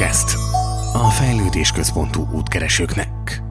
Podcast. A fejlődés központú útkeresőknek.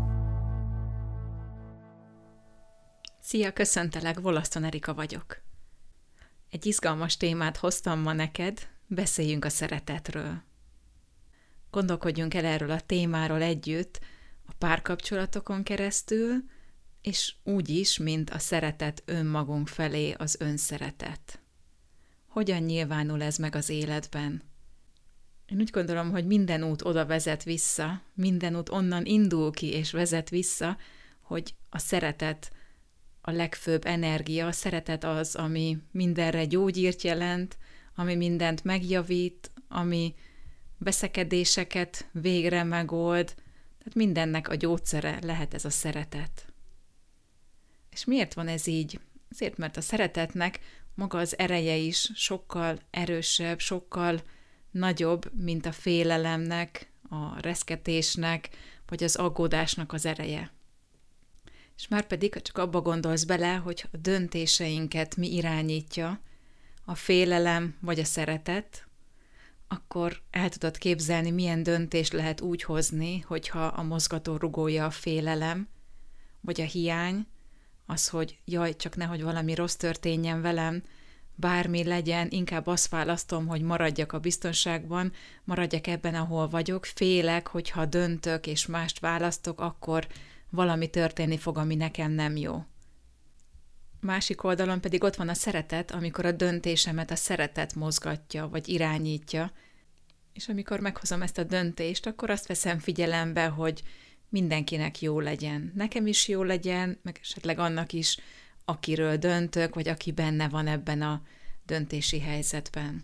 Szia, köszöntelek, Wollaston Erika vagyok. Egy izgalmas témát hoztam ma neked, beszéljünk a szeretetről. Gondolkodjunk el erről a témáról együtt a párkapcsolatokon keresztül, és úgy is, mint a szeretet önmagunk felé, az önszeretet. Hogyan nyilvánul ez meg az életben? Én úgy gondolom, hogy minden út oda vezet vissza, minden út onnan indul ki és vezet vissza, hogy a szeretet a legfőbb energia, a szeretet az, ami mindenre gyógyírt jelent, ami mindent megjavít, ami veszekedéseket végre megold, tehát mindennek a gyógyszere lehet ez a szeretet. És miért van ez így? Azért, mert a szeretetnek maga az ereje is sokkal erősebb, sokkal nagyobb, mint a félelemnek, a reszketésnek, vagy az aggódásnak az ereje. És már pedig csak abba gondolsz bele, hogy a döntéseinket mi irányítja, a félelem vagy a szeretet, akkor el tudod képzelni, milyen döntést lehet úgy hozni, hogyha a mozgató rugója a félelem, vagy a hiány, az, hogy jaj, csak nehogy valami rossz történjen velem, bármi legyen, inkább azt választom, hogy maradjak a biztonságban, maradjak ebben, ahol vagyok, félek, hogyha döntök és mást választok, akkor valami történni fog, ami nekem nem jó. Másik oldalon pedig ott van a szeretet, amikor a döntésemet a szeretet mozgatja, vagy irányítja, és amikor meghozom ezt a döntést, akkor azt veszem figyelembe, hogy mindenkinek jó legyen. Nekem is jó legyen, meg esetleg annak is, akiről döntök, vagy aki benne van ebben a döntési helyzetben.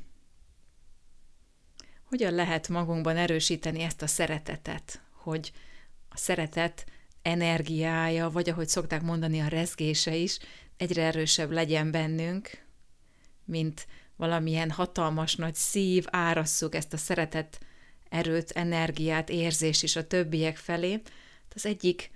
Hogyan lehet magunkban erősíteni ezt a szeretetet, hogy a szeretet energiája, vagy ahogy szokták mondani, a rezgése is egyre erősebb legyen bennünk, mint valamilyen hatalmas nagy szív, árasszuk ezt a szeretet erőt, energiát, érzés is a többiek felé. Az egyik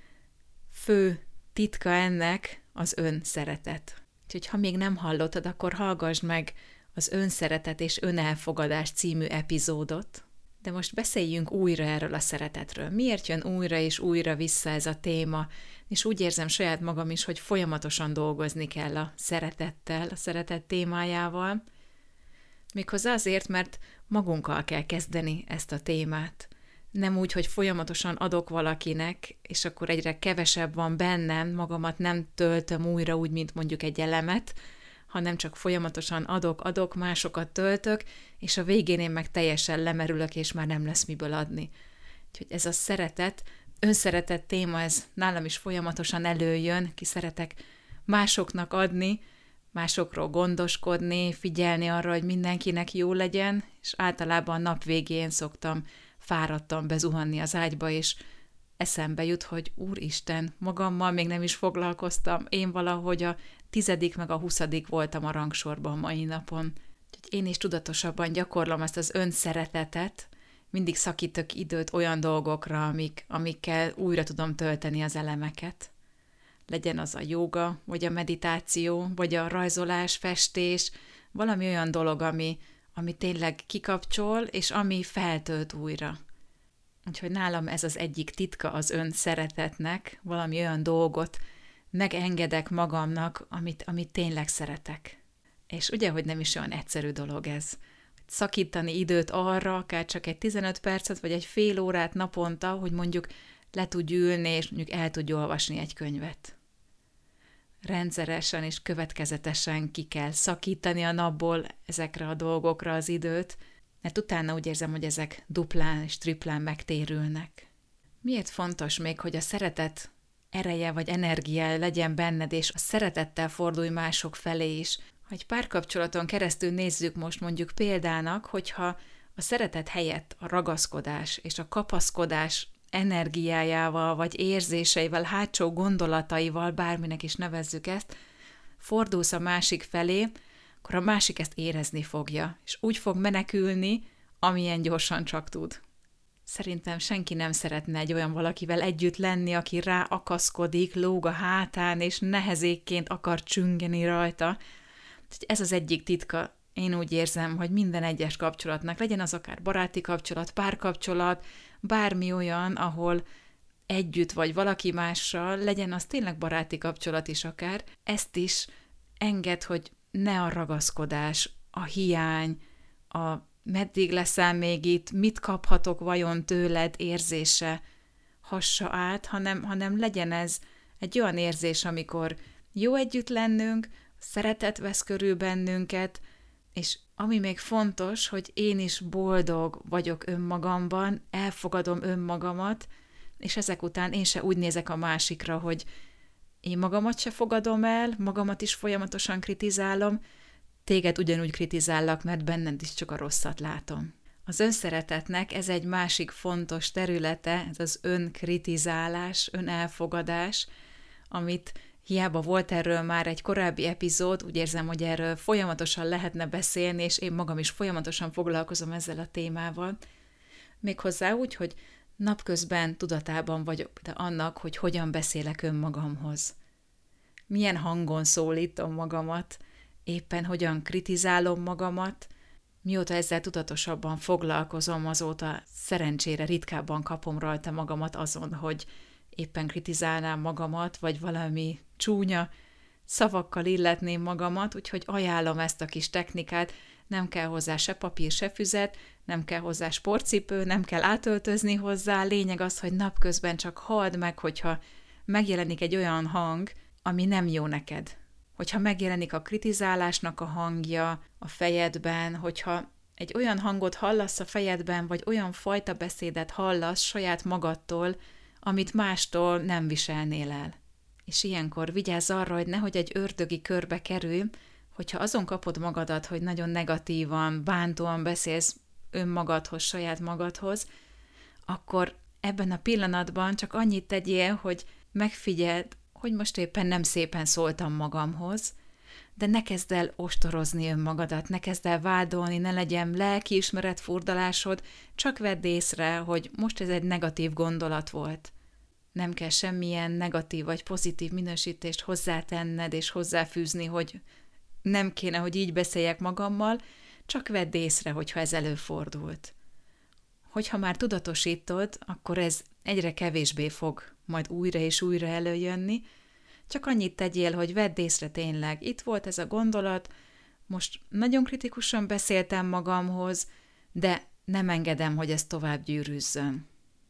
fő titka ennek az önszeretet. Úgyhogy ha még nem hallottad, akkor hallgassd meg az Önszeretet és Önelfogadás című epizódot. De most beszéljünk újra erről a szeretetről. Miért jön újra és újra vissza ez a téma? És úgy érzem saját magam is, hogy folyamatosan dolgozni kell a szeretettel, a szeretet témájával. Méghozzá azért, mert magunkkal kell kezdeni ezt a témát. Nem úgy, hogy folyamatosan adok valakinek, és akkor egyre kevesebb van bennem, magamat nem töltöm újra úgy, mint mondjuk egy elemet, hanem csak folyamatosan adok, másokat töltök, és a végén én meg teljesen lemerülök, és már nem lesz miből adni. Úgyhogy ez a szeretet, önszeretet téma, ez nálam is folyamatosan előjön, ki szeretek másoknak adni, másokról gondoskodni, figyelni arra, hogy mindenkinek jó legyen, és általában a nap végén szoktam fáradtan bezuhanni az ágyba, és eszembe jut, hogy Úristen, magammal még nem is foglalkoztam, én valahogy a 10. meg a 20. voltam a rangsorban mai napon. Úgyhogy én is tudatosabban gyakorlom ezt az önszeretetet, mindig szakítok időt olyan dolgokra, amikkel újra tudom tölteni az elemeket. Legyen az a jóga, vagy a meditáció, vagy a rajzolás, festés, valami olyan dolog, ami tényleg kikapcsol, és ami feltölt újra. Úgyhogy nálam ez az egyik titka az önszeretetnek, valami olyan dolgot megengedek magamnak, amit tényleg szeretek. És ugye, hogy nem is olyan egyszerű dolog ez. Szakítani időt arra, akár csak egy 15 percet, vagy egy fél órát naponta, hogy mondjuk le tudj ülni, és mondjuk el tudj olvasni egy könyvet. Rendszeresen és következetesen ki kell szakítani a napból ezekre a dolgokra az időt, mert utána úgy érzem, hogy ezek duplán és triplán megtérülnek. Miért fontos még, hogy a szeretet ereje vagy energia legyen benned, és a szeretettel fordulj mások felé is? Ha egy párkapcsolaton keresztül nézzük most mondjuk példának, hogyha a szeretet helyett a ragaszkodás és a kapaszkodás energiájával, vagy érzéseivel, hátsó gondolataival, bárminek is nevezzük ezt, fordulsz a másik felé, akkor a másik ezt érezni fogja, és úgy fog menekülni, amilyen gyorsan csak tud. Szerintem senki nem szeretne egy olyan valakivel együtt lenni, aki rá akaszkodik, lóg a hátán, és nehezékként akar csüngeni rajta. Ez az egyik titka Én úgy érzem, hogy minden egyes kapcsolatnak, legyen az akár baráti kapcsolat, párkapcsolat, bármi olyan, ahol együtt vagy valaki mással, legyen az tényleg baráti kapcsolat is akár, ezt is engedd, hogy ne a ragaszkodás, a hiány, a meddig leszel még itt, mit kaphatok vajon tőled érzése hassa át, hanem legyen ez egy olyan érzés, amikor jó együtt lennünk, szeretet vesz körül bennünket, és ami még fontos, hogy én is boldog vagyok önmagamban, elfogadom önmagamat, és ezek után én se úgy nézek a másikra, hogy én magamat se fogadom el, magamat is folyamatosan kritizálom, téged ugyanúgy kritizállak, mert benned is csak a rosszat látom. Az önszeretetnek ez egy másik fontos területe, ez az önkritizálás, önelfogadás, amit hiába volt erről már egy korábbi epizód, úgy érzem, hogy erről folyamatosan lehetne beszélni, és én magam is folyamatosan foglalkozom ezzel a témával. Méghozzá úgy, hogy napközben tudatában vagyok annak, hogy hogyan beszélek önmagamhoz. Milyen hangon szólítom magamat, éppen hogyan kritizálom magamat. Mióta ezzel tudatosabban foglalkozom, azóta szerencsére ritkábban kapom rajta magamat azon, hogy éppen kritizálnám magamat, vagy valami csúnya szavakkal illetném magamat, úgyhogy ajánlom ezt a kis technikát, nem kell hozzá se papír, se füzet, nem kell hozzá sportcipő, nem kell átöltözni hozzá, lényeg az, hogy napközben csak halld meg, hogyha megjelenik egy olyan hang, ami nem jó neked. Hogyha megjelenik a kritizálásnak a hangja a fejedben, hogyha egy olyan hangot hallasz a fejedben, vagy olyan fajta beszédet hallasz saját magadtól, amit mástól nem viselnél el. És ilyenkor vigyázz arra, hogy nehogy egy ördögi körbe kerülj, hogyha azon kapod magadat, hogy nagyon negatívan, bántóan beszélsz önmagadhoz, saját magadhoz, akkor ebben a pillanatban csak annyit tegyél, hogy megfigyeld, hogy most éppen nem szépen szóltam magamhoz, de ne kezd el ostorozni önmagadat, ne kezd el vádolni, ne legyen lelkiismeret furdalásod, csak vedd észre, hogy most ez egy negatív gondolat volt. Nem kell semmilyen negatív vagy pozitív minősítést hozzátenned és hozzáfűzni, hogy nem kéne, hogy így beszéljek magammal, csak vedd észre, hogyha ez előfordult. Hogyha már tudatosítod, akkor ez egyre kevésbé fog majd újra és újra előjönni, csak annyit tegyél, hogy vedd észre tényleg, itt volt ez a gondolat, most nagyon kritikusan beszéltem magamhoz, de nem engedem, hogy ez tovább gyűrűzzön.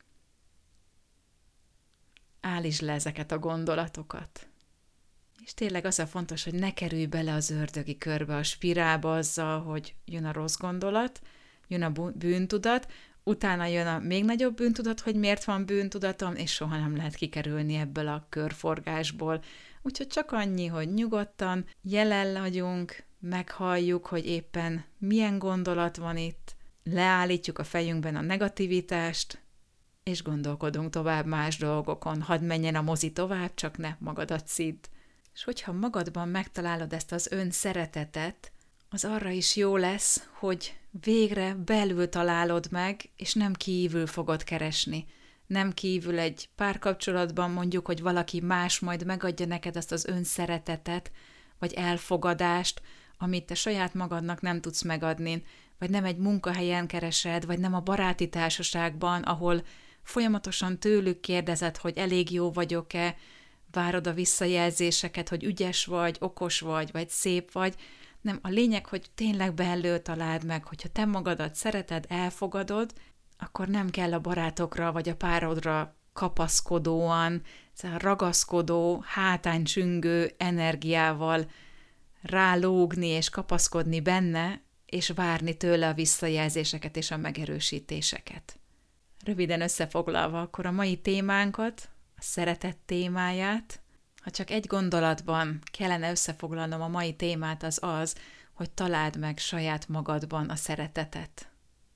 Állítsd le ezeket a gondolatokat. És tényleg az a fontos, hogy ne kerülj bele az ördögi körbe, a spirálba azzal, hogy jön a rossz gondolat, jön a bűntudat, utána jön a még nagyobb bűntudat, hogy miért van bűntudatom, és soha nem lehet kikerülni ebből a körforgásból. Úgyhogy csak annyi, hogy nyugodtan jelen vagyunk, meghalljuk, hogy éppen milyen gondolat van itt, leállítjuk a fejünkben a negativitást, és gondolkodunk tovább más dolgokon. Hadd menjen a mozi tovább, csak ne magadat szidd. És hogyha magadban megtalálod ezt az önszeretetet, az arra is jó lesz, hogy végre belül találod meg, és nem kívül fogod keresni. Nem kívül egy párkapcsolatban mondjuk, hogy valaki más majd megadja neked azt az önszeretetet, vagy elfogadást, amit te saját magadnak nem tudsz megadni, vagy nem egy munkahelyen keresed, vagy nem a baráti társaságban, ahol folyamatosan tőlük kérdezed, hogy elég jó vagyok-e, várod a visszajelzéseket, hogy ügyes vagy, okos vagy szép vagy. Nem, a lényeg, hogy tényleg belül találd meg, hogyha te magadat szereted, elfogadod, akkor nem kell a barátokra vagy a párodra kapaszkodóan, ragaszkodó, hátánycsüngő energiával rálógni és kapaszkodni benne, és várni tőle a visszajelzéseket és a megerősítéseket. Röviden összefoglalva akkor a mai témánkat, a szeretet témáját, ha csak egy gondolatban kellene összefoglalnom a mai témát, az az, hogy találd meg saját magadban a szeretetet.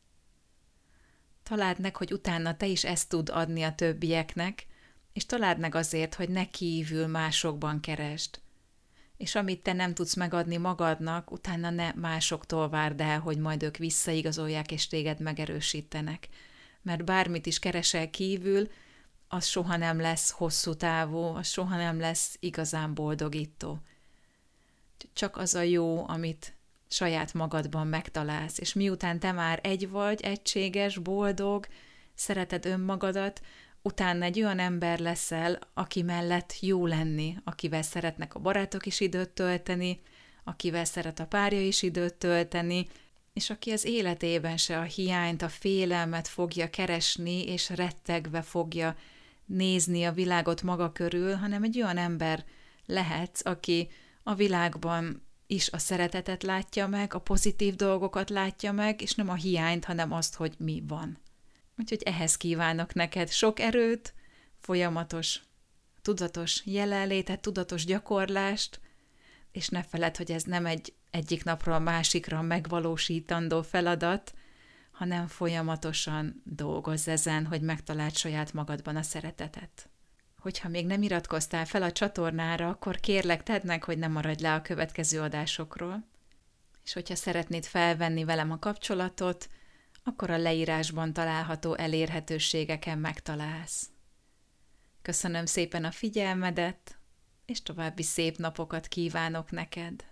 Találd meg, hogy utána te is ezt tud adni a többieknek, és találd meg azért, hogy ne kívül másokban keresd. És amit te nem tudsz megadni magadnak, utána ne másoktól várd el, hogy majd ők visszaigazolják és téged megerősítenek. Mert bármit is keresel kívül, az soha nem lesz hosszú távú, az soha nem lesz igazán boldogító. Csak az a jó, amit saját magadban megtalálsz, és miután te már egy vagy, egységes, boldog, szereted önmagadat, utána egy olyan ember leszel, aki mellett jó lenni, akivel szeretnek a barátok is időt tölteni, akivel szeret a párja is időt tölteni, és aki az életében se a hiányt, a félelmet fogja keresni, és rettegve fogja nézni a világot maga körül, hanem egy olyan ember lehetsz, aki a világban is a szeretetet látja meg, a pozitív dolgokat látja meg, és nem a hiányt, hanem azt, hogy mi van. Úgyhogy ehhez kívánok neked sok erőt, folyamatos, tudatos jelenlétet, tudatos gyakorlást, és ne feledd, hogy ez nem egyik napról a másikra megvalósítandó feladat, hanem folyamatosan dolgozz ezen, hogy megtaláld saját magadban a szeretetet. Hogyha még nem iratkoztál fel a csatornára, akkor kérlek, tedd meg, hogy ne maradj le a következő adásokról. És hogyha szeretnéd felvenni velem a kapcsolatot, akkor a leírásban található elérhetőségeken megtalálsz. Köszönöm szépen a figyelmedet, és további szép napokat kívánok neked!